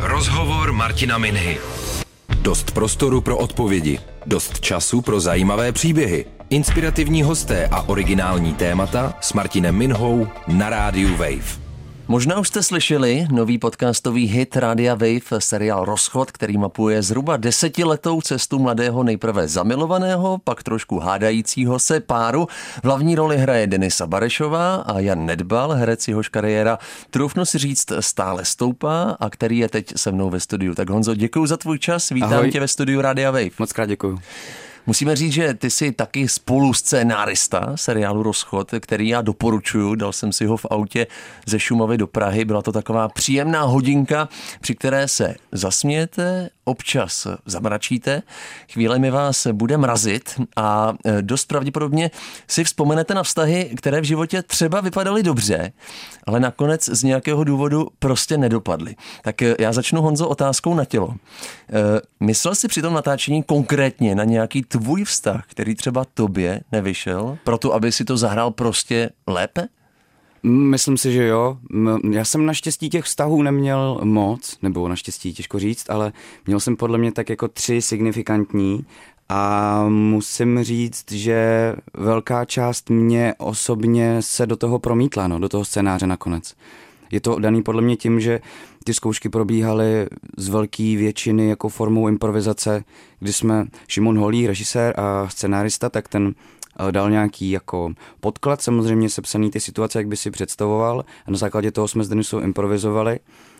Rozhovor Martina Minhy. Dost prostoru pro odpovědi, dost času pro zajímavé příběhy, inspirativní hosté a originální témata s Martinem Minhou na rádiu Wave. Možná už jste slyšeli nový podcastový hit Rádia Wave, seriál Rozchod, který mapuje zhruba 10letou cestu mladého nejprve zamilovaného, pak trošku hádajícího se páru. V hlavní roli hraje Denisa Barešová a Jan Nedbal, herec, jehož kariéra, troufnu si říct, stále stoupá a který je teď se mnou ve studiu. Tak Honzo, děkuju za tvůj čas, vítám tě ve studiu Rádia Wave. Moc krát děkuju. Musíme říct, že ty jsi taky spoluscénárista seriálu Rozchod, který já doporučuju. Dal jsem si ho v autě ze Šumavy do Prahy. Byla to taková příjemná hodinka, při které se zasmějete, občas zamračíte, chvílemi vás bude mrazit a dost pravděpodobně si vzpomenete na vztahy, které v životě třeba vypadaly dobře, ale nakonec z nějakého důvodu prostě nedopadly. Tak já začnu, Honzo, otázkou na tělo. Myslel jsi při tom natáčení konkrétně na nějaký tvůj vztah, který třeba tobě nevyšel, proto aby si to zahrál prostě lépe? Myslím si, že jo. Já jsem naštěstí těch vztahů neměl moc, nebo naštěstí těžko říct, ale měl jsem podle mě tak jako 3 signifikantní a musím říct, že velká část mě osobně se do toho promítla, do toho scénáře nakonec. Je to daný podle mě tím, že ty zkoušky probíhaly z velké většiny jako formou improvizace, kdy jsme Šimon Holý, režisér a scenárista, tak ten dal nějaký jako podklad, samozřejmě sepsaný ty situace, jak by si představoval, a na základě toho jsme s Denisou improvizovali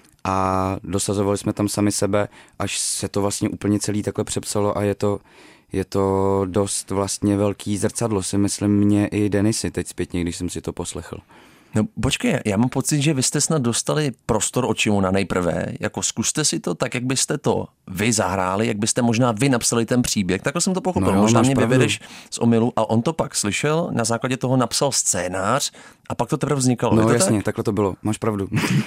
a dosazovali jsme tam sami sebe, až se to vlastně úplně celý takhle přepsalo a je to dost vlastně velký zrcadlo, si myslím, mě i Denisy teď zpětně, když jsem si to poslechl. No počkej, já mám pocit, že vy jste snad dostali prostor od Šimona nejprve, jako zkuste si to tak, jak byste to vy zahráli, jak byste možná vy napsali ten příběh, takhle jsem to pochopil, možná mě vyvedeš z omylu a on to pak slyšel, na základě toho napsal scénář a pak to teprve vznikalo. No jasně, tak? Takhle to bylo, máš pravdu.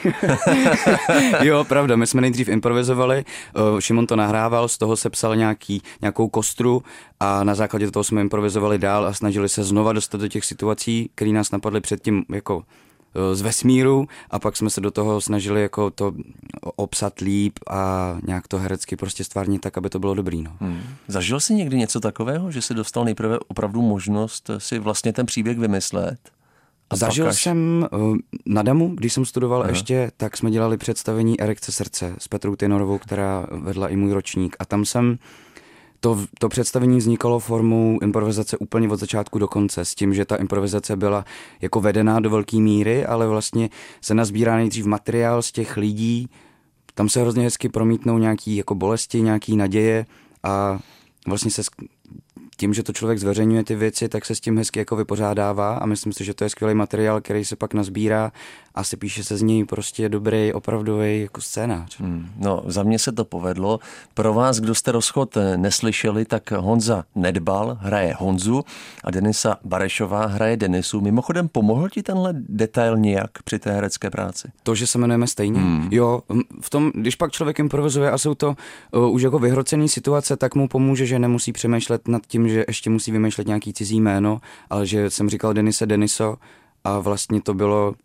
Jo, pravda, my jsme nejdřív improvizovali, Šimon to nahrával, z toho sepsal nějakou kostru a na základě toho jsme improvizovali dál a snažili se znova dostat do těch situací, které nás napadly předtím jako z vesmíru a pak jsme se do toho snažili jako to obsat líp a nějak to herecky prostě stvárnit tak, aby to bylo dobrý. Zažil jsi někdy něco takového, že jsi dostal nejprve opravdu možnost si vlastně ten příběh vymyslet? Zažil jsem na Damu, když jsem studoval ještě, tak jsme dělali představení Erekce srdce s Petrou Tynorovou, která vedla i můj ročník a tam jsem To představení vznikalo formou improvizace úplně od začátku do konce, s tím, že ta improvizace byla jako vedená do velké míry, ale vlastně se nazbírá nejdřív materiál z těch lidí, tam se hrozně hezky promítnou nějaký jako bolesti, nějaký naděje a vlastně se tím, že to člověk zveřejňuje ty věci, tak se s tím hezky jako vypořádává a myslím si, že to je skvělý materiál, který se pak nazbírá a se píše se z něj prostě dobrý, opravdový jako scénář. No, za mě se to povedlo. Pro vás, kdo jste Rozchod neslyšeli, tak Honza Nedbal hraje Honzu a Denisa Barešová hraje Denisu. Mimochodem, pomohl ti tenhle detail nějak při té herecké práci? To, že se jmenujeme stejně? Jo, v tom, když pak člověk improvizuje a jsou to už jako vyhrocený situace, tak mu pomůže, že nemusí přemýšlet nad tím, že ještě musí vymýšlet nějaký cizí jméno, ale že jsem říkal Denise, Deniso a vlastně to bylo,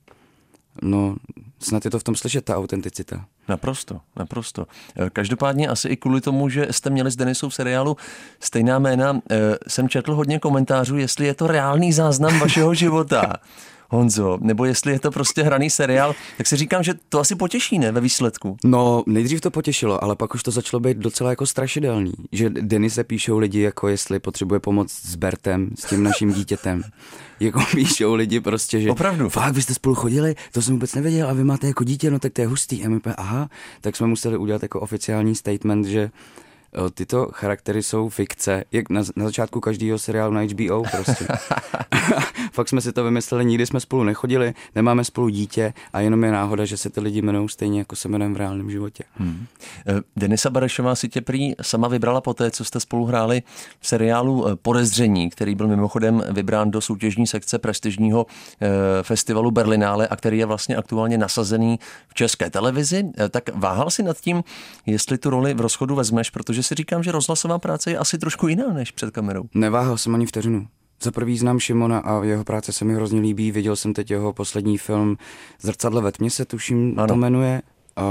snad je to v tom slyšet, ta autenticita. Naprosto. Každopádně asi i kvůli tomu, že jste měli s Denisou v seriálu stejná jména, jsem četl hodně komentářů, jestli je to reálný záznam vašeho života. Honzo, nebo jestli je to prostě hraný seriál, tak si říkám, že to asi potěší, ne, ve výsledku? No, nejdřív to potěšilo, ale pak už to začalo být docela jako strašidelný, že Denise píšou lidi, jako jestli potřebuje pomoc s Bertem, s tím naším dítětem. Jako píšou lidi prostě, že opravdu? Fakt, vy jste spolu chodili, to jsem vůbec nevěděl a vy máte jako dítě, no tak to je hustý. A my aha, tak jsme museli udělat jako oficiální statement, že tyto charaktery jsou fikce, jak na začátku každého seriálu na HBO prostě. Fakt jsme si to vymysleli, nikdy jsme spolu nechodili, nemáme spolu dítě a jenom je náhoda, že se ty lidi jmenují stejně, jako se jmenujeme v reálném životě. Denisa Barešová si tě prý sama vybrala poté, co jste spolu hráli v seriálu Podezření, který byl mimochodem vybrán do soutěžní sekce prestižního festivalu Berlinále a který je vlastně aktuálně nasazený v České televizi. Tak váhal si nad tím, jestli tu roli v Rozchodu vezmeš, protože si říkám, že rozhlasová práce je asi trošku jiná než před kamerou. Neváhal jsem ani vteřinu. Za prvý znám Šimona a jeho práce se mi hrozně líbí. Viděl jsem teď jeho poslední film Zrcadlo ve tmě se tuším to jmenuje.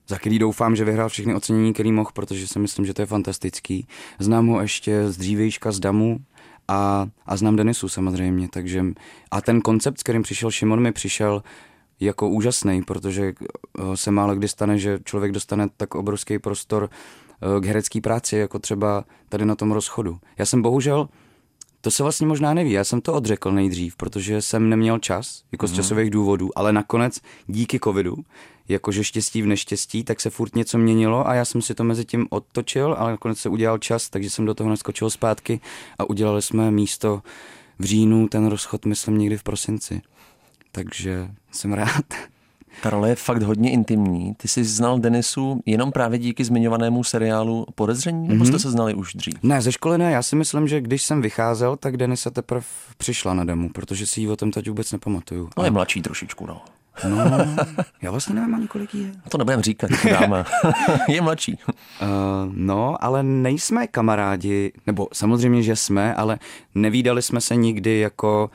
za který doufám, že vyhrál všechny ocenění, který mohl, protože si myslím, že to je fantastický. Znám ho ještě z dřívejška z Damu a znám Denisu samozřejmě, takže a ten koncept, s kterým přišel Šimon, mi přišel jako úžasný, protože se málo kdy stane, že člověk dostane tak obrovský prostor k herecké práci, jako třeba tady na tom Rozchodu. Já jsem bohužel, to se vlastně možná neví, já jsem to odřekl nejdřív, protože jsem neměl čas, jako z časových důvodů, ale nakonec díky covidu, jakože štěstí v neštěstí, tak se furt něco měnilo a já jsem si to mezi tím odtočil, ale nakonec se udělal čas, takže jsem do toho naskočil zpátky a udělali jsme místo v říjnu ten Rozchod, myslím, někdy v prosinci. Takže jsem rád. Ta role je fakt hodně intimní. Ty jsi znal Denisu jenom právě díky zmiňovanému seriálu Podezření, nebo jste se znali už dřív? Ne, ze školy ne. Já si myslím, že když jsem vycházel, tak Denisa teprve přišla na Damu, protože si ji o tom teď vůbec nepamatuju. No je mladší trošičku, no. No, já vlastně nevím ani kolik jí je. To nebudem říkat, dáma. Je mladší. No, ale nejsme kamarádi, nebo samozřejmě, že jsme, ale nevídali jsme se nikdy jako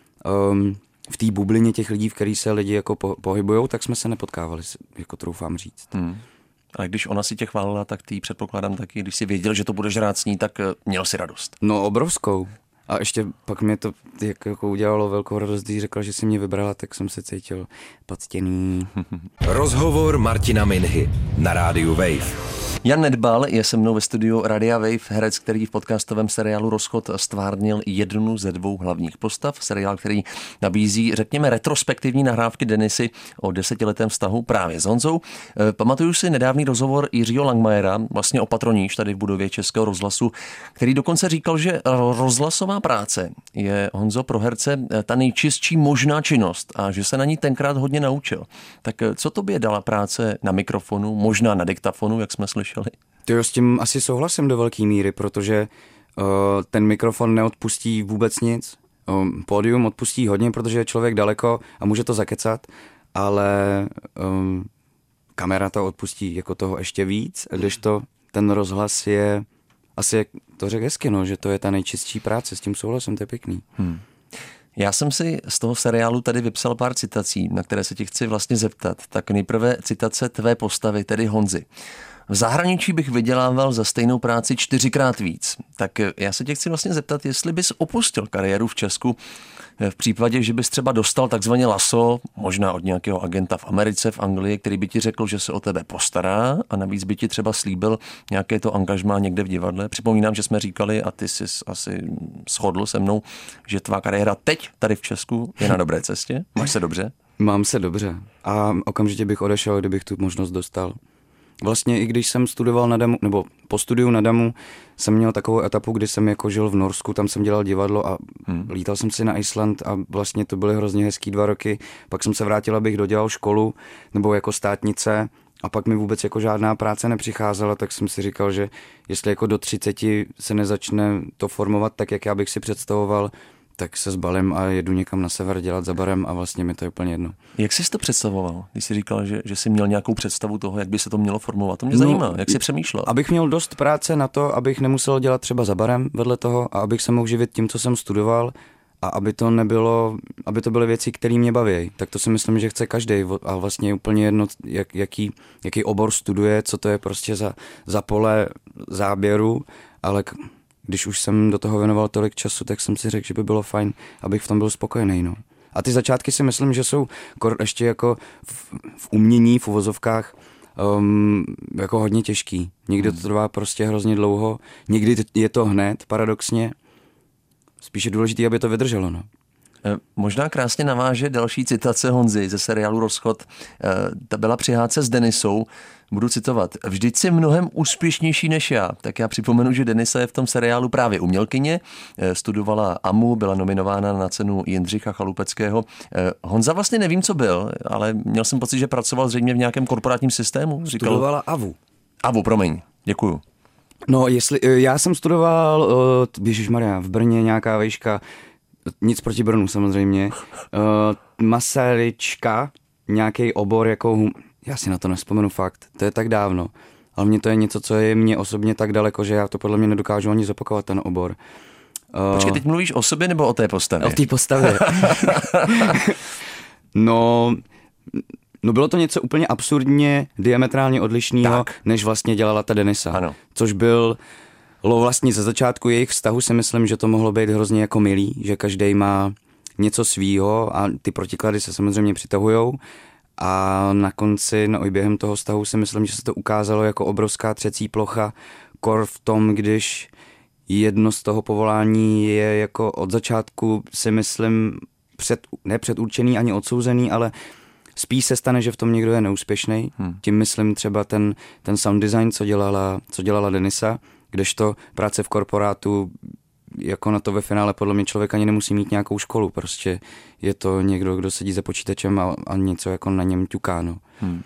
v té bublině těch lidí, v který se lidi jako pohybujou, tak jsme se nepotkávali, jako troufám říct. A když ona si tě chválila, tak ty předpokládám taky, když jsi věděl, že to budeš rád s ní, tak měl si radost. No, obrovskou. A ještě pak mě to jako udělalo velkou radost, když řekla, že si mě vybrala, tak jsem se cítil poctěný. Rozhovor Martina Minhy na rádiu Wave. Jan Nedbal je se mnou ve studiu Radia Wave, herec, který v podcastovém seriálu Rozchod stvárnil jednu ze dvou hlavních postav. Seriál, který nabízí, řekněme, retrospektivní nahrávky Denisy o 10letém vztahu právě s Honzou. Pamatuju si nedávný rozhovor Jiřího Langmajera, vlastně o patroníž tady v budově Českého rozhlasu, který dokonce říkal, že rozhlasová práce je, Honzo, pro herce ta nejčistší možná činnost a že se na ní tenkrát hodně naučil. Tak co tobě dala práce na mikrofonu, možná na diktafonu, jak jsme slyšeli? Jo, s tím asi souhlasím do velké míry, protože ten mikrofon neodpustí vůbec nic. Pódium odpustí hodně, protože je člověk daleko a může to zakecat, ale kamera to odpustí jako toho ještě víc, kdežto ten rozhlas je, asi jak to řekl hezky, no, že to je ta nejčistší práce, s tím souhlasím, to je pěkný. Já jsem si z toho seriálu tady vypsal pár citací, na které se ti chci vlastně zeptat. Tak nejprve citace tvé postavy, tedy Honzy. V zahraničí bych vydělával za stejnou práci 4x víc. Tak já se tě chci vlastně zeptat, jestli bys opustil kariéru v Česku v případě, že bys třeba dostal takzvaně laso, možná od nějakého agenta v Americe, v Anglii, který by ti řekl, že se o tebe postará a navíc by ti třeba slíbil nějaké to angažmá někde v divadle. Připomínám, že jsme říkali, a ty jsi asi shodl se mnou, že tvá kariéra teď tady v Česku je na dobré cestě. Máš se dobře? Mám se dobře a okamžitě bych odešel, kdybych tu možnost dostal. Vlastně i když jsem studoval na Damu, nebo po studiu na Damu, jsem měl takovou etapu, kdy jsem jako žil v Norsku, tam jsem dělal divadlo a lítal jsem si na Island a vlastně to byly hrozně hezký 2 roky. Pak jsem se vrátil, abych dodělal školu, nebo jako státnice a pak mi vůbec jako žádná práce nepřicházela, tak jsem si říkal, že jestli jako do 30 se nezačne to formovat tak, jak já bych si představoval, tak se zbalím a jedu někam na sever dělat za barem a vlastně mi to je úplně jedno. Jak jsi to představoval, když jsi říkal, že jsi měl nějakou představu toho, jak by se to mělo formovat? To mě zajímá, jak jsi přemýšlel? Abych měl dost práce na to, abych nemusel dělat třeba za barem vedle toho a abych se mohl živit tím, co jsem studoval a aby to byly věci, které mě baví. Tak to si myslím, že chce každý a vlastně je úplně jedno, jaký obor studuje, co to je prostě za pole záběru, ale když už jsem do toho věnoval tolik času, tak jsem si řekl, že by bylo fajn, abych v tom byl spokojený. No. A ty začátky si myslím, že jsou ještě jako v umění, v uvozovkách, jako hodně těžký. Někdy to trvá prostě hrozně dlouho, někdy je to hned, paradoxně. Spíš je důležité, aby to vydrželo. No. Možná krásně naváže další citace Honzy ze seriálu Rozchod. Ta byla při hádce s Denisou. Budu citovat. Vždyť jsi mnohem úspěšnější než já. Tak já připomenu, že Denisa je v tom seriálu právě umělkyně. Studovala AMU, byla nominována na cenu Jindřicha Chalupeckého. Honza vlastně nevím, co byl, ale měl jsem pocit, že pracoval zřejmě v nějakém korporátním systému. Studovala AVU. AVU, promiň. Děkuju. No, já jsem studoval, ježišmarja, v Brně nějaká vejška, nic proti Brnu samozřejmě, Masaryčka, nějaký obor jako, já si na to nevzpomenu fakt, to je tak dávno, ale mně to je něco, co je mě osobně tak daleko, že já to podle mě nedokážu ani zopakovat ten obor. Počkej, teď mluvíš o sobě nebo o té postavě? O té postavě. No, No bylo to něco úplně absurdně, diametrálně odlišného, než vlastně dělala ta Denisa. Ano. Což byl vlastně ze začátku jejich vztahu si myslím, že to mohlo být hrozně jako milý, že každý má něco svýho a ty protiklady se samozřejmě přitahujou. A na konci, no i během toho vztahu si myslím, že se to ukázalo jako obrovská třecí plocha, kor v tom, když jedno z toho povolání je jako od začátku si myslím nepředurčený ani odsouzený, ale spíš se stane, že v tom někdo je neúspěšný. Tím myslím třeba ten sound design, co dělala Denisa, kdežto práce v korporátu jako na to ve finále podle mě člověk ani nemusí mít nějakou školu, prostě je to někdo, kdo sedí za počítačem a něco jako na něm ťuká, no.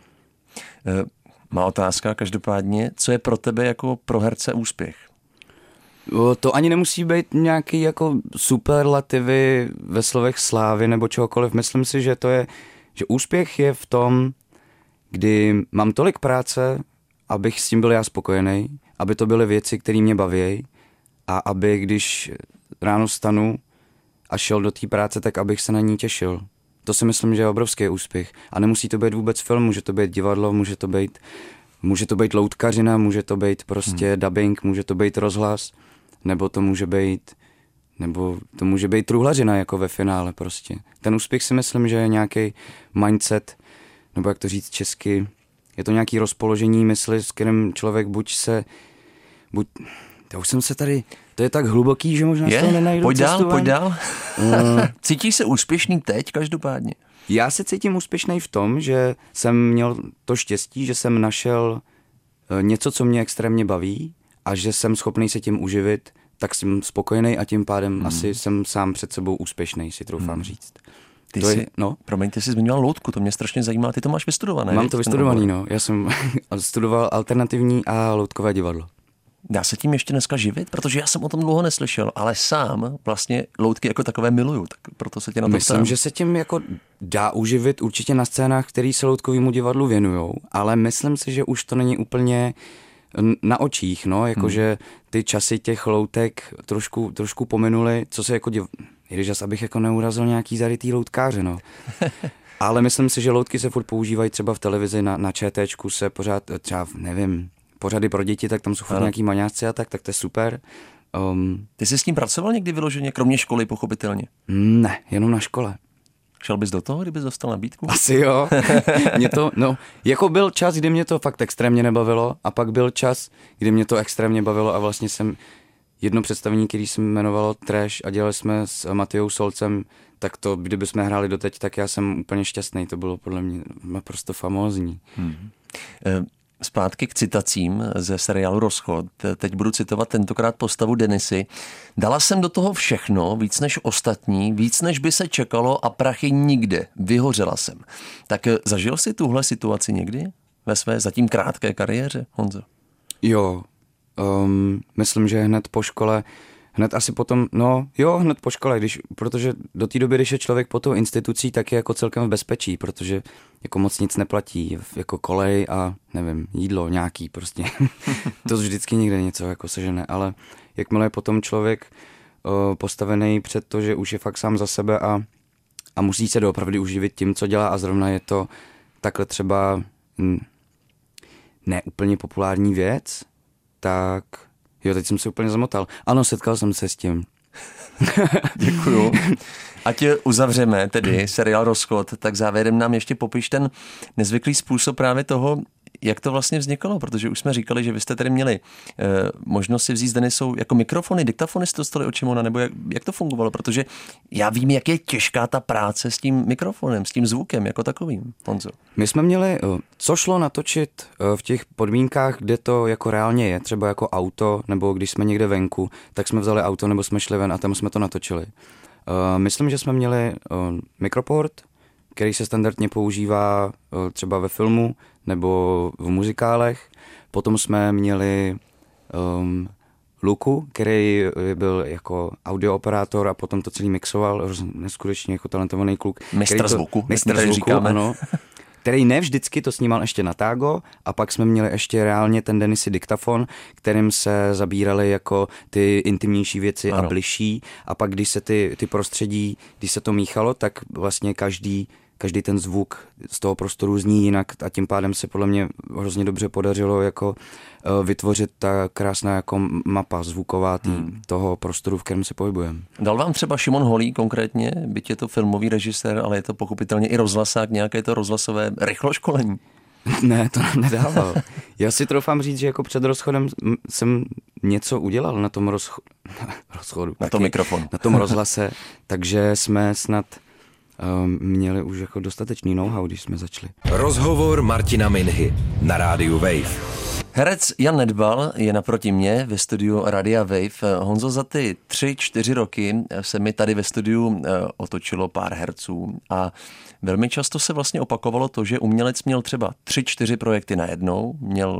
Má otázka každopádně, co je pro tebe jako pro herce úspěch? To ani nemusí být nějaký jako superlativy ve slovech slávy nebo čehokoliv. Myslím si, že že úspěch je v tom, kdy mám tolik práce, abych s tím byl já spokojený, aby to byly věci, které mě baví a aby když ráno vstanu a šel do té práce, tak abych se na ní těšil. To si myslím, že je obrovský úspěch. A nemusí to být vůbec film, může to být divadlo, může to být loutkařina, může to být prostě dubbing, může to být rozhlas, nebo to může být truhlařina jako ve finále prostě. Ten úspěch si myslím, že je nějaký mindset, nebo jak to říct česky, je to nějaký rozpoložení mysli, s kterým člověk to už jsem se tady, to je tak hluboký, že možná se to nenajdu Pojď dál. Cítíš se úspěšný teď každopádně? Já se cítím úspěšný v tom, že jsem měl to štěstí, že jsem našel něco, co mě extrémně baví a že jsem schopný se tím uživit, tak jsem spokojený a tím pádem asi jsem sám před sebou úspěšný, si troufám říct. Promiň, ty jsi zmiňoval loutku, to mě strašně zajímá, ty to máš vystudované. Mám to vystudovaný, no. Já jsem studoval alternativní a loutkové divadlo. Dá se tím ještě dneska živit? Protože já jsem o tom dlouho neslyšel, ale sám vlastně loutky jako takové miluju, tak proto se tě na to Myslím, že se tím jako dá uživit určitě na scénách, které se loutkovému divadlu věnujou, ale myslím si, že už to není úplně na očích, no, jakože ty časy těch loutek trošku pominuly, co se jako když jas abych jako neurazil nějaký zarytý loutkáře, no. Ale myslím si, že loutky se furt používají třeba v televizi, na ČTčku se pořád, třeba nevím, pořady pro děti, tak tam jsou furt nějaký maňásci a tak to je super. Ty jsi s tím pracoval někdy vyloženě, kromě školy pochopitelně? Ne, jenom na škole. Šel bys do toho, kdybys dostal nabídku? Asi jo. Jako byl čas, kdy mě to fakt extrémně nebavilo a pak byl čas, kdy mě to extrémně bavilo a vlastně jsem jedno představení, který se jmenovalo Trash a dělali jsme s Matějou Solcem, tak to, kdyby jsme hráli doteď, tak já jsem úplně šťastný, to bylo podle mě naprosto famózní. Zpátky k citacím ze seriálu Rozchod. Teď budu citovat tentokrát postavu Denisy. Dala jsem do toho všechno, víc než ostatní, víc než by se čekalo a prachy nikde. Vyhořela jsem. Tak zažil jsi tuhle situaci někdy ve své zatím krátké kariéře, Honzo? Jo, myslím, že hned po škole, hned po škole, protože do té doby, když je člověk po tou institucí, tak je jako celkem v bezpečí, protože jako moc nic neplatí, jako kolej a nevím, jídlo nějaký prostě. To vždycky někde něco jako sežene, ale jakmile je potom člověk postavený před to, že už je fakt sám za sebe a musí se doopravdy uživit tím, co dělá a zrovna je to takhle třeba ne úplně populární věc, tak jo, teď jsem se úplně zamotal. Ano, setkal jsem se s tím. Děkuju. Ať uzavřeme tedy seriál Rozchod, tak závěrem nám ještě popiš ten nezvyklý způsob právě toho, jak to vlastně vznikalo, protože už jsme říkali, že vy jste tady měli možnost si vzít s Denisou jako mikrofony, diktafony jste dostali od Šimona, nebo jak to fungovalo, protože já vím, jak je těžká ta práce s tím mikrofonem, s tím zvukem jako takovým, Honzo. My jsme měli, co šlo natočit v těch podmínkách, kde to jako reálně je, třeba jako auto, nebo když jsme někde venku, tak jsme vzali auto, nebo jsme šli ven a tam jsme to natočili. Myslím, že jsme měli mikroport, který se standardně používá třeba ve filmu nebo v muzikálech. Potom jsme měli Luku, který byl jako audiooperátor a potom to celý mixoval, neskutečně jako talentovaný kluk. Mistr zvuku, ano, který ne vždycky to snímal ještě na tágo a pak jsme měli ještě reálně ten Denisy diktafon, kterým se zabíraly jako ty intimnější věci a bližší a pak když se ty prostředí, když se to míchalo, tak vlastně každý každý ten zvuk z toho prostoru zní jinak a tím pádem se podle mě hrozně dobře podařilo jako vytvořit ta krásná jako mapa zvuková toho prostoru, v kterém se pohybujeme. Dal vám třeba Šimon Holý konkrétně, byť je to filmový režisér, ale je to pochopitelně i rozhlasák, nějaké to rozhlasové rychloškolení? Ne, to nám nedával. Já si troufám říct, že jako před rozchodem jsem něco udělal na tom rozchodu. Na tom mikrofonu. Na tom rozhlase, takže jsme snad měli už jako dostatečný know-how, když jsme začali. Rozhovor Martina Minhy na rádiu Wave. Herec Jan Nedbal je naproti mě ve studiu Radia Wave. Honzo, za ty 3-4 roky se mi tady ve studiu otočilo pár herců a velmi často se vlastně opakovalo to, že umělec měl třeba 3-4 projekty najednou,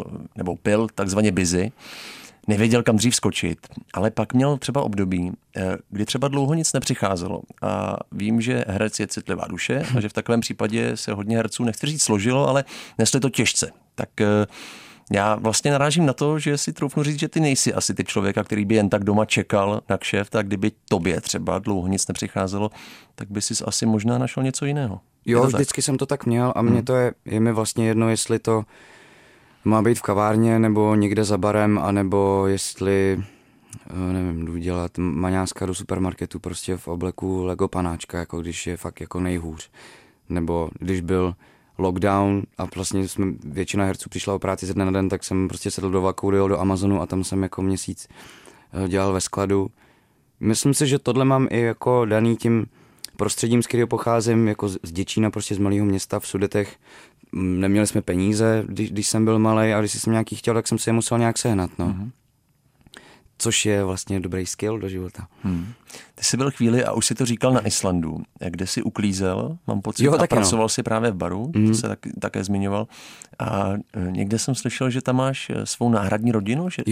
pil takzvaně busy, nevěděl, kam dřív skočit, ale pak měl třeba období, kdy třeba dlouho nic nepřicházelo. A vím, že herec je citlivá duše a že v takovém případě se hodně herců, nechci říct složilo, ale nesli to těžce. Tak já vlastně narážím na to, že si troufnu říct, že ty nejsi asi ty člověka, který by jen tak doma čekal na kšeft, a kdyby tobě třeba dlouho nic nepřicházelo, tak by si asi možná našel něco jiného. Jo, vždycky jsem to tak měl a mně to je mi vlastně jedno, jestli to má být v kavárně nebo někde za barem, anebo jestli, nevím, jdu dělat maňáska do supermarketu prostě v obleku Lego panáčka, jako když je fakt jako nejhůř. Nebo když byl lockdown a vlastně většina herců přišla o práci ze dne na den, tak jsem prostě sedl do vlaku, dojel do Amazonu a tam jsem jako měsíc dělal ve skladu. Myslím si, že tohle mám i jako daný tím prostředím, z kterého pocházím, jako z Děčína, prostě z malého města v Sudetech. Neměli jsme peníze, když jsem byl malej a když jsem nějaký chtěl, tak jsem si je musel nějak sehnat, no. Mm-hmm. Což je vlastně dobrý skill do života. Ty jsi byl chvíli, a už si to říkal, na Islandu, kde jsi uklízel, mám pocit, jo, a pracoval si právě v baru, to se také zmiňoval. A někde jsem slyšel, že tam máš svou náhradní rodinu, že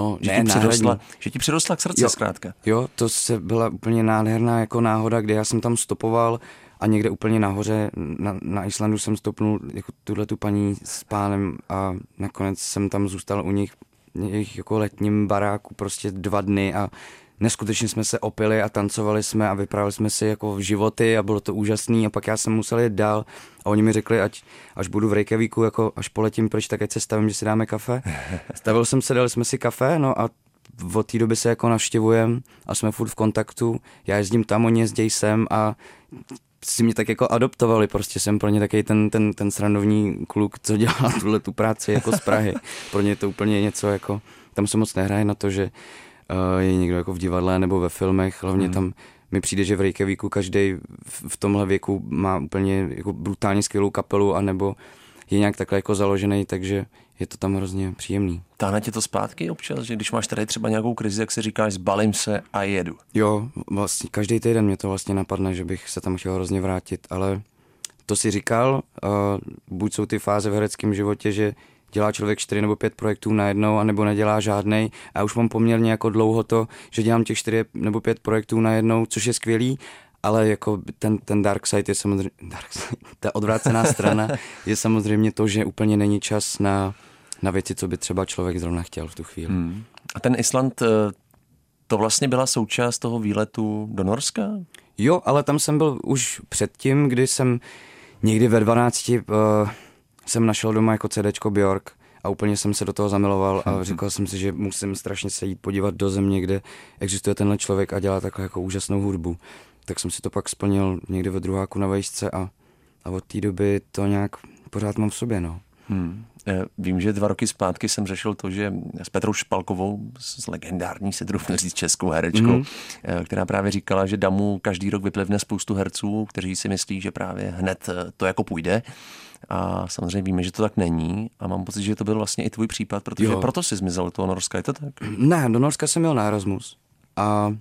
ti přirostla k srdci zkrátka. Jo, to byla úplně nádherná jako náhoda, kde já jsem tam stopoval a někde úplně nahoře na Islandu jsem stopnul jako tuhletu paní s pánem a nakonec jsem tam zůstal u nich jejich jako letním baráku prostě 2 dny a neskutečně jsme se opili a tancovali jsme a vyprávěli jsme si jako životy a bylo to úžasný a pak já jsem musel jít dál a oni mi řekli, až budu v Reykjavíku, jako až poletím pryč, tak ať se stavím, že si dáme kafe. Stavil jsem se, dali jsme si kafe, no a od té doby se jako navštěvujeme a jsme furt v kontaktu, já jezdím tam, oni jezdějí sem a si mě tak jako adoptovali, prostě jsem pro ně takový ten srandovní kluk, co dělá tu práci jako z Prahy. Pro ně je to úplně něco jako, tam se moc nehraje na to, že je někdo jako v divadle nebo ve filmech, hlavně tam mi přijde, že v Reykjavíku každý v tomhle věku má úplně jako brutálně skvělou kapelu, anebo je nějak takhle jako založený, takže je to tam hrozně příjemný. Táhne tě to zpátky občas, že když máš tady třeba nějakou krizi, jak si říkáš, zbalím se a jedu? Jo, vlastně každý týden mě to vlastně napadne, že bych se tam chtěl hrozně vrátit, ale to si říkal, buď jsou ty fáze v hereckém životě, že dělá člověk 4 nebo 5 projektů najednou, anebo nedělá žádnej. A já už mám poměrně jako dlouho to, že dělám těch 4 nebo 5 projektů najednou, což je skvělý, ale jako ten dark side je samozřejmě, ta odvrácená strana je samozřejmě to, že úplně není čas na věci, co by třeba člověk zrovna chtěl v tu chvíli. A ten Island, to vlastně byla součást toho výletu do Norska? Jo, ale tam jsem byl už předtím, kdy jsem někdy ve 12 jsem našel doma jako CDčko Björk a úplně jsem se do toho zamiloval a říkal jsem si, že musím strašně se jít podívat do země, kde existuje tenhle člověk a dělá takhle jako úžasnou hudbu. Tak jsem si to pak splnil někdy ve druháku na vejšce a od té doby to nějak pořád mám v sobě, no. Vím, že 2 roky zpátky jsem řešil to, že s Petrou Špalkovou, s legendární, se troufnu říct, českou herečkou, která právě říkala, že Damu každý rok vyplivne spoustu herců, kteří si myslí, že právě hned to jako půjde. A samozřejmě víme, že to tak není a mám pocit, že to byl vlastně i tvůj případ, protože proto jsi zmizel do toho Norska, je to tak? Ne, do Norska jsem jel na Erasmus a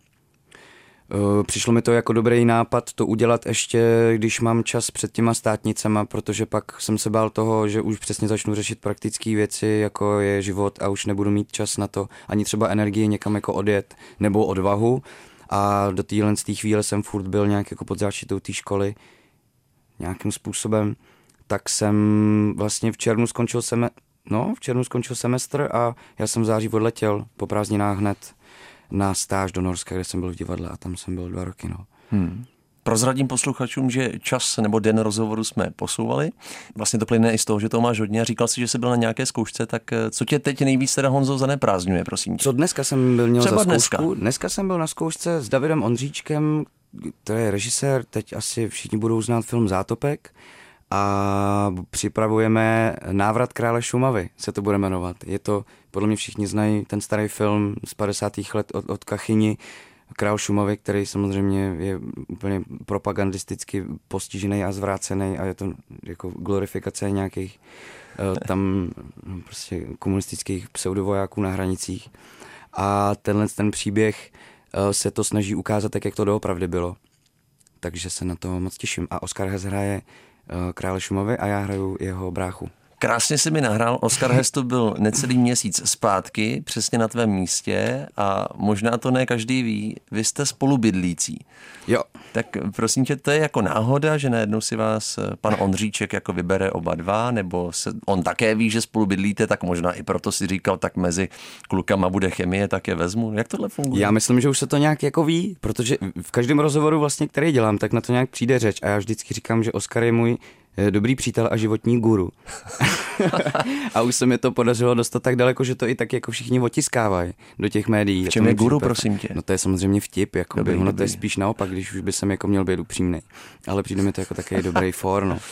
přišlo mi to jako dobrý nápad to udělat ještě, když mám čas před těma státnicema, protože pak jsem se bál toho, že už přesně začnu řešit praktické věci, jako je život a už nebudu mít čas na to, ani třeba energii někam jako odjet nebo odvahu a do téhle chvíle jsem furt byl nějak jako pod záštitou té školy nějakým způsobem, tak jsem vlastně v červnu skončil semestr a já jsem v září odletěl po prázdninách hned na stáž do Norska, kde jsem byl v divadle a tam jsem byl 2 roky, no. Prozradím posluchačům, že čas nebo den rozhovoru jsme posouvali. Vlastně to plyne i z toho, že to máš hodně a říkal si, že jsi byl na nějaké zkoušce, tak co tě teď nejvíc teda, Honzo, zaneprázdňuje, prosím tě? Co dneska jsem byl měl třeba za zkoušku? Dneska jsem byl na zkoušce s Davidem Ondříčkem, to je režisér, teď asi všichni budou znát film Zátopek a připravujeme Návrat krále Šumavy, se to bude jmenovat. Je to, podle mě všichni znají ten starý film z 50. let od Kachyni, Král Šumavy, který samozřejmě je úplně propagandisticky postižený a zvrácený a je to jako glorifikace nějakých tam prostě komunistických pseudovojáků na hranicích. A ten příběh se to snaží ukázat tak, jak to doopravdy bylo. Takže se na to moc těším. A Oskar Hess hraje Krále Šumavy a já hraju jeho bráchu. Krásně si mi nahrál. Oskar Hess to byl necelý měsíc zpátky, přesně na tvém místě a možná to ne každý ví, vy jste spolubydlící. Jo. Tak prosím tě, to je jako náhoda, že najednou si vás pan Ondříček jako vybere oba dva, nebo on také ví, že spolubydlíte, tak možná i proto si říkal, tak mezi klukama bude chemie, tak je vezmu. Jak tohle funguje? Já myslím, že už se to nějak jako ví, protože v každém rozhovoru vlastně, který dělám, tak na to nějak přijde řeč a já vždycky říkám, že Oskar je můj dobrý přítel a životní guru. A už se mi to podařilo dostat tak daleko, že to i tak jako všichni otiskávají do těch médií. V čem je guru, prosím tě? No to je samozřejmě vtip, jako ono to je spíš naopak, když už by jsem jako měl být upřímnej. Ale přijde mi to jako takový dobrý for, no.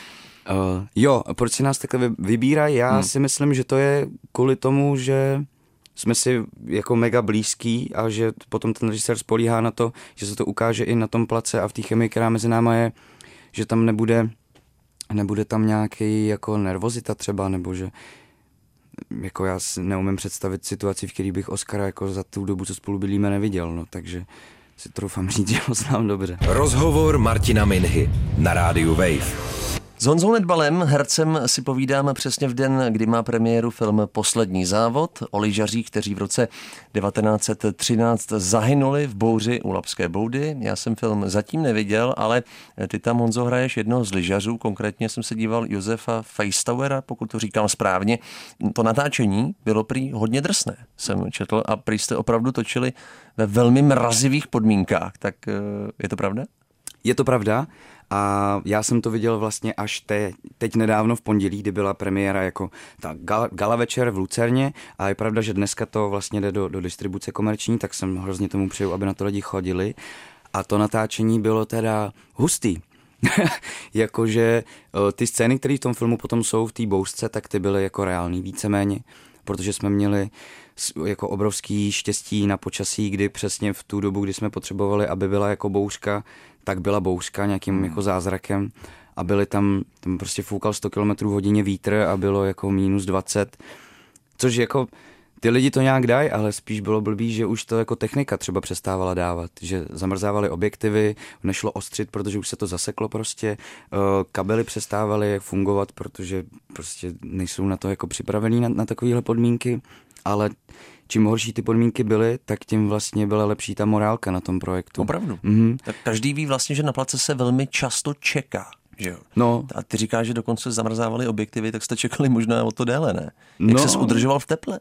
Jo, proč si nás takhle vybírají? Já si myslím, že to je kvůli tomu, že jsme si jako mega blízký a že potom ten režisér spolíhá na to, že se to ukáže i na tom place a v té chemii, která mezi náma je, že tam nebude tam nějaký jako nervozita třeba, nebo že jako já si neumím představit situaci, v které bych Oskara jako za tu dobu, co spolu bydlíme, neviděl, no, takže si troufám říct, že ho znám dobře. Rozhovor Martina Minhy na rádiu Wave. S Honzou Nedbalem, hercem, si povídáme přesně v den, kdy má premiéru film Poslední závod o lyžařích, kteří v roce 1913 zahynuli v bouři u Lapské boudy. Já jsem film zatím neviděl, ale ty tam, Honzo, hraješ jednoho z lyžařů, konkrétně jsem se díval Josefa Feistauera, pokud to říkám správně. To natáčení bylo prý hodně drsné, jsem četl, a prý jste opravdu točili ve velmi mrazivých podmínkách, tak je to pravda? Je to pravda a já jsem to viděl vlastně až teď nedávno v pondělí, kdy byla premiéra jako ta gala večer v Lucerně a je pravda, že dneska to vlastně jde do distribuce komerční, tak jsem hrozně tomu přeju, aby na to lidi chodili a to natáčení bylo teda hustý. Jakože ty scény, které v tom filmu potom jsou v té bouřce, tak ty byly jako reální víceméně, protože jsme měli jako obrovský štěstí na počasí, kdy přesně v tu dobu, kdy jsme potřebovali, aby byla jako bouřka, tak byla bouřka nějakým jako zázrakem a byly tam prostě foukal 100 km hodině vítr a bylo jako -20, což jako ty lidi to nějak dají, ale spíš bylo blbý, že už to jako technika třeba přestávala dávat, že zamrzávaly objektivy, nešlo ostřit, protože už se to zaseklo prostě, kabely přestávaly fungovat, protože prostě nejsou na to jako připravený na takovéhle podmínky, ale čím horší ty podmínky byly, tak tím vlastně byla lepší ta morálka na tom projektu. Opravdu? Tak každý ví vlastně, že na place se velmi často čeká. Že jo? No. A ty říkáš, že dokonce zamrzávali objektivy, tak jste čekali možná o to déle, ne? Jak ses udržoval v teple?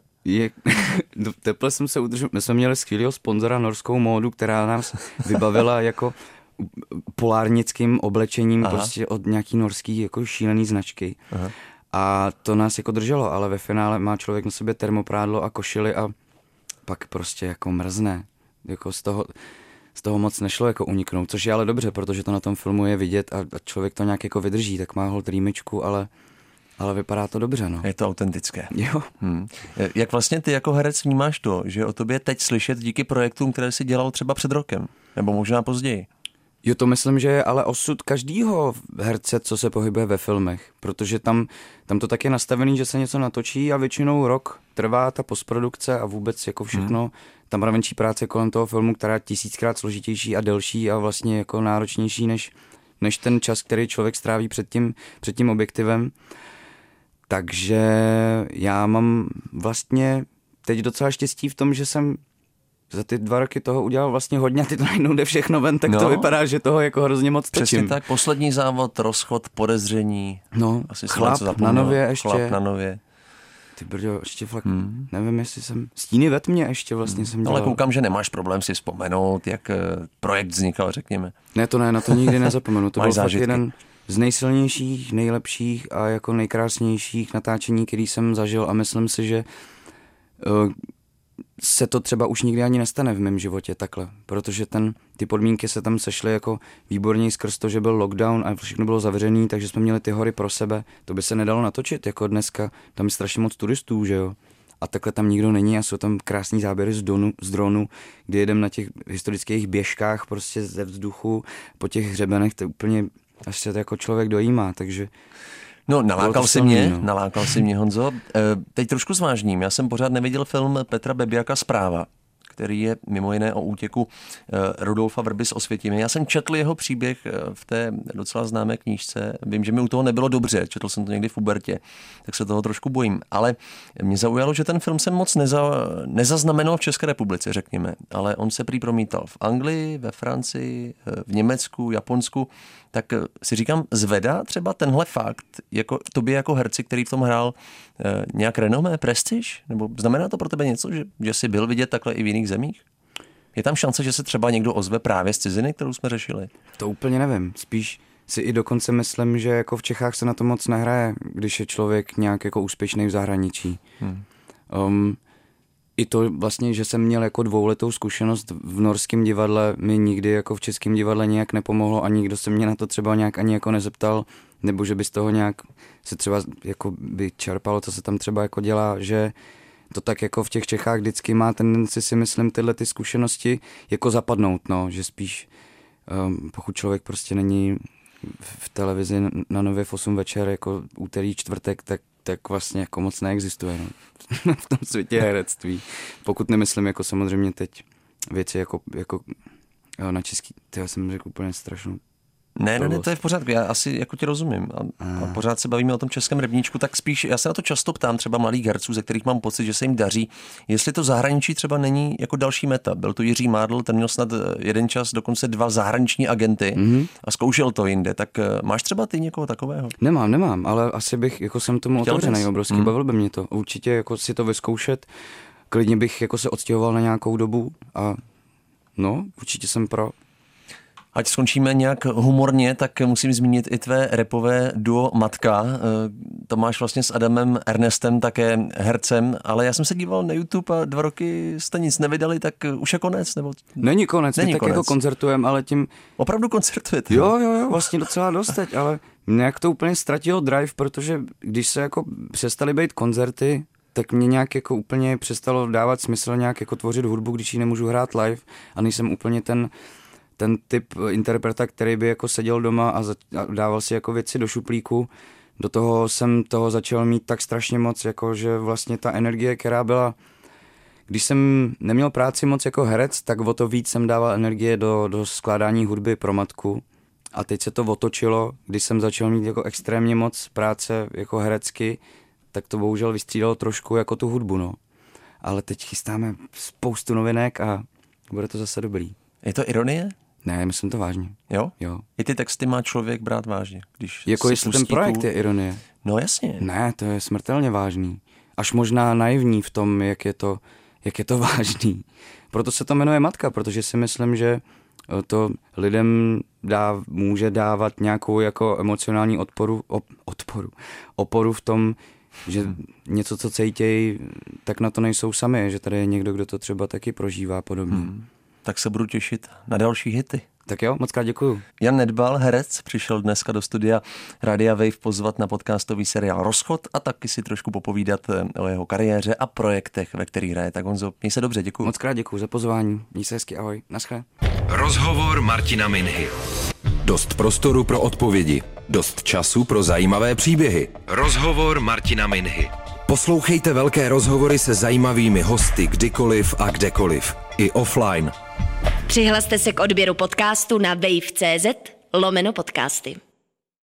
V teple jsem se udržel. My jsme měli skvělého sponzora Norskou módu, která nás vybavila jako polárnickým oblečením prostě od nějaký norský jako šílený značky. Aha. A to nás jako drželo, ale ve finále má člověk na sobě termoprádlo a košili a pak prostě jako mrzne. Jako z toho moc nešlo jako uniknout, což je ale dobře, protože to na tom filmu je vidět a člověk to nějak jako vydrží, tak má holt rýmičku, ale vypadá to dobře, no. Je to autentické. Jo. Jak vlastně ty jako herec vnímáš to, že o tobě teď slyšet díky projektům, které jsi dělal třeba před rokem, nebo možná později? Jo, to myslím, že je ale osud každýho herce, co se pohybuje ve filmech, protože tam to tak je nastavený, že se něco natočí a většinou rok trvá ta postprodukce a vůbec jako všechno, ta mravenčí práce kolem toho filmu, která je 1000krát složitější a delší a vlastně jako náročnější než ten čas, který člověk stráví před tím objektivem. Takže já mám vlastně teď docela štěstí v tom, že jsem za ty 2 roky toho udělal vlastně hodně a ty to najednou jde všechno ven, tak to vypadá, že toho jako hrozně moc točím. Přesně tak, Poslední závod, Rozchod, Podezření. No, asi Chlap na Nově ještě. Chlap na Nově. Ty brďo, ještě fakt, nevím, jestli jsem... Stíny ve tmě ještě vlastně jsem dělal. Ale koukám, že nemáš problém si vzpomenout, jak projekt vznikal, řekněme. Ne, to ne, na to nikdy nezapomenu. To byl fakt zážitky. jeden z nejsilnějších, nejlepších a jako nejkrásnějších natáčení, který jsem zažil a myslím si, že se to třeba už nikdy ani nestane v mém životě takhle, protože ty podmínky se tam sešly jako výborně skrz to, že byl lockdown a všechno bylo zavřený, takže jsme měli ty hory pro sebe. To by se nedalo natočit, jako dneska tam je strašně moc turistů, že jo. A takhle tam nikdo není a jsou tam krásný záběry z dronu, kdy jedem na těch historických běžkách prostě ze vzduchu po těch hřebenech, to úplně až se to jako člověk dojímá, takže... No, nalákal si mě, Honzo. Teď trošku zvážním. Já jsem pořád neviděl film Petra Bebiaka Zpráva, který je mimo jiné o útěku Rudolfa Vrby z Osvětimi. Já jsem četl jeho příběh v té docela známé knížce. Vím, že mi u toho nebylo dobře, četl jsem to někdy v pubertě, tak se toho trošku bojím. Ale mě zaujalo, že ten film jsem moc nezaznamenal v České republice, řekněme. Ale on se prý promítal v Anglii, ve Francii, v Německu, Japonsku. Tak si říkám, zvedá třeba tenhle fakt jako tobě jako herci, který v tom hrál nějak renomé, prestiž? Nebo znamená to pro tebe něco, že jsi byl vidět takhle i v jiných zemích? Je tam šance, že se třeba někdo ozve právě z ciziny, kterou jsme řešili? To úplně nevím. Spíš si i dokonce myslím, že jako v Čechách se na to moc nehraje, když je člověk nějak jako úspěšný v zahraničí. I to vlastně, že jsem měl jako 2letou zkušenost v norském divadle, mi nikdy jako v českém divadle nějak nepomohlo a nikdo se mě na to třeba nějak ani jako nezeptal, nebo že by z toho nějak se třeba jako by čerpalo, co se tam třeba jako dělá, že to tak jako v těch Čechách vždycky má tendenci, si myslím, tyhle ty zkušenosti jako zapadnout, no, že spíš pokud člověk prostě není v televizi na Nově v 8 večer jako úterý, čtvrtek, tak vlastně jako moc neexistuje, no. V tom světě herectví. Pokud nemyslím jako samozřejmě teď věci jako na český, já jsem řekl úplně strašnou. Ne, to je v pořádku, já asi jako ti rozumím a pořád se bavíme o tom českém rybníčku, tak spíš já se na to často ptám třeba mladých herců, ze kterých mám pocit, že se jim daří, jestli to zahraničí třeba není jako další meta. Byl to Jiří Mádl, ten měl snad jeden čas dokonce 2 zahraniční agenty a zkoušel to jinde, tak máš třeba ty někoho takového? Nemám, ale asi bych, jako jsem tomu otevřený obrovský, bavil by mě to. Určitě jako si to vyzkoušet, klidně bych jako se odstěhoval na nějakou dobu a no, určitě jsem pro. Ať skončíme nějak humorně, tak musím zmínit i tvé rapové duo Matka. To máš vlastně s Adamem Ernestem, také hercem, ale já jsem se díval na YouTube a 2 roky jste nic nevydali, tak už je konec? Nebo... Není konec, my tak jako koncertujeme, ale tím... Opravdu koncertujete? Jo, vlastně docela dost teď, ale nějak to úplně ztratilo drive, protože když se jako přestaly být koncerty, tak mě nějak jako úplně přestalo dávat smysl nějak jako tvořit hudbu, když ji nemůžu hrát live a nejsem úplně ten typ interpreta, který by jako seděl doma a dával si jako věci do šuplíku. Do toho jsem toho začal mít tak strašně moc, jako že vlastně ta energie, která byla, když jsem neměl práci moc jako herec, tak o to víc jsem dával energie do skládání hudby pro Matku. A teď se to otočilo, když jsem začal mít jako extrémně moc práce jako herecky, tak to bohužel vystřídalo trošku jako tu hudbu, no. Ale teď chystáme spoustu novinek a bude to zase dobrý. Je to ironie? Ne, myslím to vážně. Jo? Jo. I ty texty má člověk brát vážně, když jako jestli ten projekt je ironie. No jasně. Ne, to je smrtelně vážný. Až možná naivní v tom, jak je to vážný. Proto se to jmenuje Matka, protože si myslím, že to lidem může dávat nějakou jako emocionální oporu v tom, že něco, co cítějí, tak na to nejsou sami, že tady je někdo, kdo to třeba taky prožívá podobně. Tak se budu těšit na další hity. Tak jo, moc krát děkuju. Jan Nedbal, herec, přišel dneska do studia Rádia Wave pozvat na podcastový seriál Rozchod a taky si trošku popovídat o jeho kariéře a projektech, ve kterých hraje. Tak Honzo, měj se dobře, děkuju. Moc krát děkuju za pozvání. Měj se hezky, ahoj, naschle. Rozhovor Martina Minhy. Dost prostoru pro odpovědi, dost času pro zajímavé příběhy. Rozhovor Martina Minhy. Poslouchejte velké rozhovory se zajímavými hosty kdykoliv a kdekoliv. I offline. Přihlaste se k odběru podcastu na wave.cz/podcasty.